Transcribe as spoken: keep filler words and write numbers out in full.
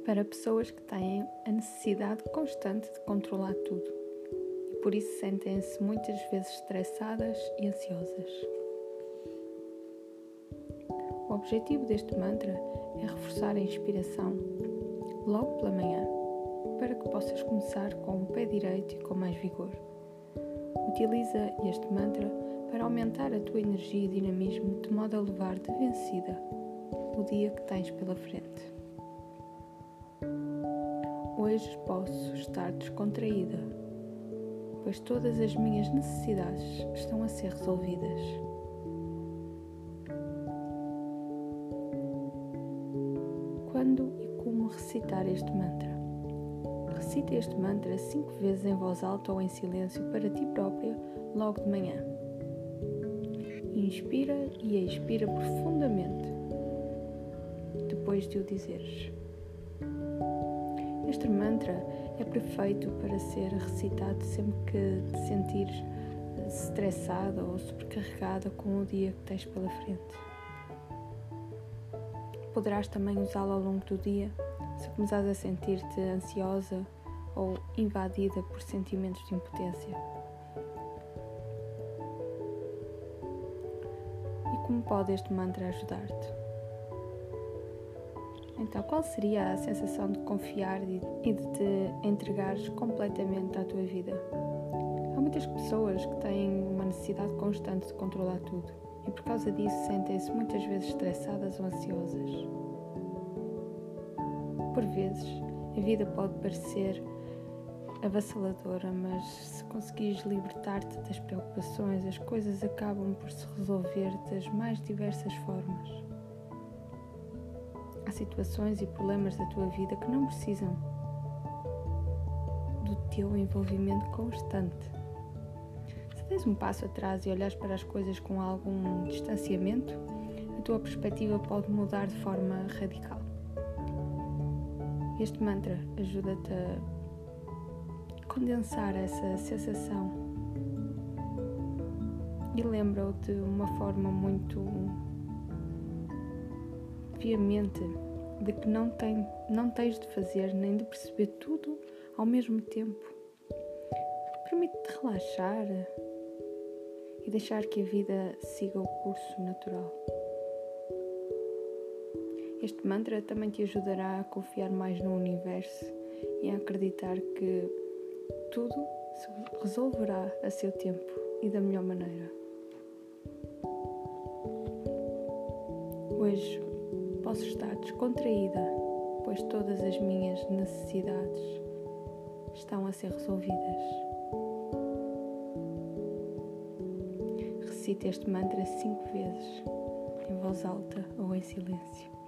para pessoas que têm a necessidade constante de controlar tudo e por isso sentem-se muitas vezes estressadas e ansiosas. O objetivo deste mantra é reforçar a inspiração logo pela manhã, para que possas começar com o pé direito e com mais vigor. Utiliza este mantra para aumentar a tua energia e dinamismo de modo a levar-te vencida o dia que tens pela frente. Hoje posso estar descontraída, pois todas as minhas necessidades estão a ser resolvidas. Quando e como recitar este mantra? Recita este mantra cinco vezes em voz alta ou em silêncio para ti própria logo de manhã. Inspira e expira profundamente depois de o dizeres. Este mantra é perfeito para ser recitado sempre que te sentires estressada ou sobrecarregada com o dia que tens pela frente. Poderás também usá-lo ao longo do dia se começares a sentir-te ansiosa ou invadida por sentimentos de impotência. E como pode este mantra ajudar-te? Então, qual seria a sensação de confiar e de te entregares completamente à tua vida? Há muitas pessoas que têm uma necessidade constante de controlar tudo e por causa disso sentem-se muitas vezes estressadas ou ansiosas. Por vezes, a vida pode parecer avassaladora, mas se conseguires libertar-te das preocupações, as coisas acabam por se resolver das mais diversas formas. Há situações e problemas da tua vida que não precisam do teu envolvimento constante. Se des um passo atrás e olhares para as coisas com algum distanciamento, a tua perspectiva pode mudar de forma radical. Este mantra ajuda-te a condensar essa sensação e lembra-o de uma forma muito veemente de que não, tem, não tens de fazer nem de perceber tudo ao mesmo tempo. Permite-te relaxar e deixar que a vida siga o curso natural. Este mantra também te ajudará a confiar mais no universo e a acreditar que tudo se resolverá a seu tempo e da melhor maneira. Hoje posso estar descontraída, pois todas as minhas necessidades estão a ser resolvidas. Recite este mantra cinco vezes, em voz alta ou em silêncio.